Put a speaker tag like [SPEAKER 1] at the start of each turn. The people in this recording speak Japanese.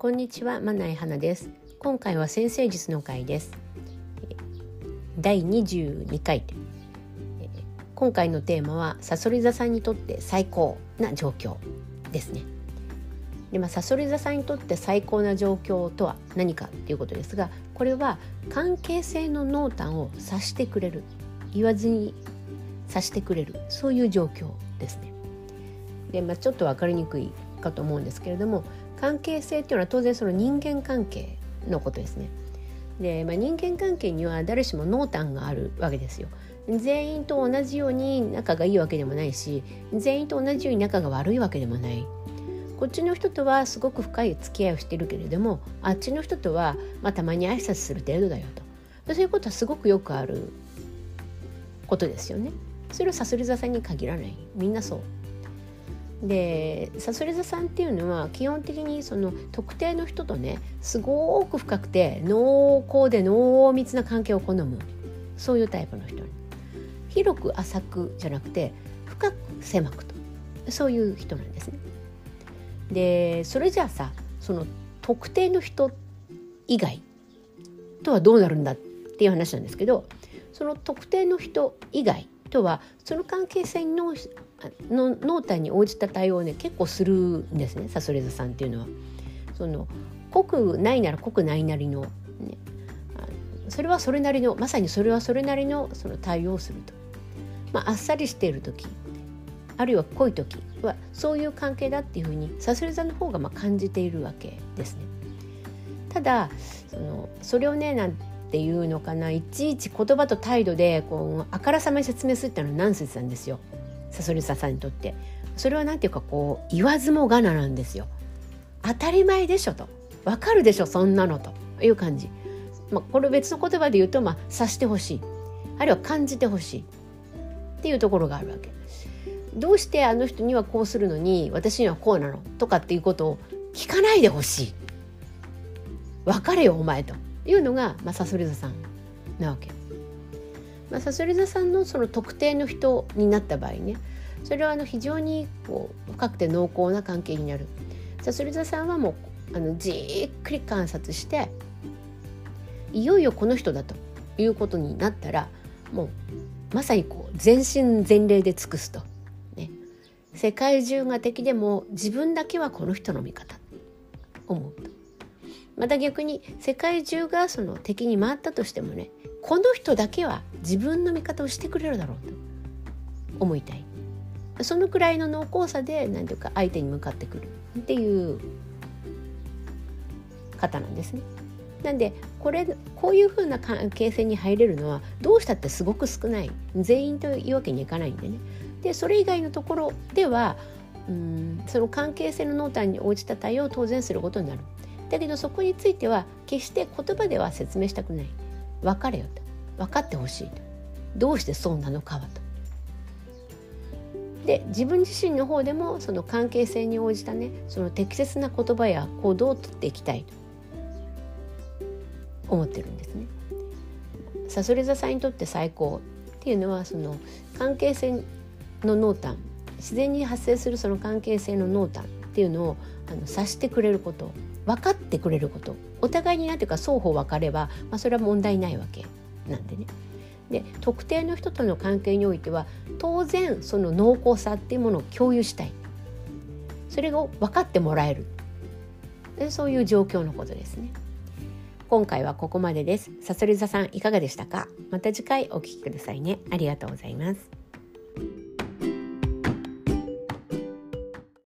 [SPEAKER 1] こんにちは、まないはなです。今回は先生術の回です。第22回。今回のテーマはさそり座さんにとって最高な状況ですね。で、さそり座さんにとって最高な状況とは何かということですが、これは関係性の濃淡を察してくれる、言わずに察してくれる、そういう状況ですね。で、ちょっと分かりにくいかと思うんですけれども、関係性というのは当然その人間関係のことですね。で、人間関係には誰しも濃淡があるわけですよ。全員と同じように仲がいいわけでもないし、全員と同じように仲が悪いわけでもない。こっちの人とはすごく深い付き合いをしているけれども、あっちの人とはたまに挨拶する程度だよと。そういうことはすごくよくあることですよね。それをさそり座さんに限らない。みんなそう。で、さそり座さんっていうのは基本的にその特定の人とね、すごく深くて濃厚で濃密な関係を好む、そういうタイプの人に、広く浅くじゃなくて深く狭くと、そういう人なんですね。で、それじゃあさ、その特定の人以外とはどうなるんだっていう話なんですけど、その特定の人以外とはその関係性の濃淡に応じた対応をね、結構するんですね、さそり座さんっていうのは。その濃くないなら濃くないなりの、ね、それはそれなりの、まさにそれはそれなりのその対応をすると。あっさりしている時、あるいは濃い時はそういう関係だっていうふうにさそり座の方が感じているわけですね。ただそれをね、なんていうのかな、いちいち言葉と態度であからさまに説明するっていうのはナンセンスなんですよ、さそり座さんにとって。それはなんていうか言わずもがななんですよ。当たり前でしょと、わかるでしょそんなのという感じ。これ別の言葉で言うと察してほしい、あるいは感じてほしいっていうところがあるわけ。どうしてあの人にはこうするのに私にはこうなのとかっていうことを聞かないでほしい、分かれよお前というのがさそり座さんなわけ。さそり座さんのその特定の人になった場合ね、それは非常に深くて濃厚な関係になる。さそり座さんはもうじっくり観察して、いよいよこの人だということになったら、もうまさに全身全霊で尽くすと、ね、世界中が敵でも自分だけはこの人の味方思うと。また逆に世界中がその敵に回ったとしてもね、この人だけは自分の味方をしてくれるだろうと思いたい。そのくらいの濃厚さで何ていうか相手に向かってくるっていう方なんですね。なんでこういう風な関係性に入れるのはどうしたってすごく少ない、全員というわけにいかないんでね。で、それ以外のところではその関係性の濃淡に応じた対応を当然することになる。だけどそこについては決して言葉では説明したくない。分かれよと、分かってほしいと、どうしてそうなのかはと。で、自分自身の方でもその関係性に応じたね、その適切な言葉や行動をとっていきたいと思ってるんですね。さそり座さんにとって最高っていうのは、その関係性の濃淡、自然に発生するその関係性の濃淡っていうのを察してくれること、分かってくれること、お互いに双方分かれば、それは問題ないわけなんでね。で、特定の人との関係においては当然その濃厚さっていうものを共有したい、それを分かってもらえる、そういう状況のことですね。今回はここまでです。さそり座さんいかがでしたか？また次回お聞きくださいね。ありがとうございます。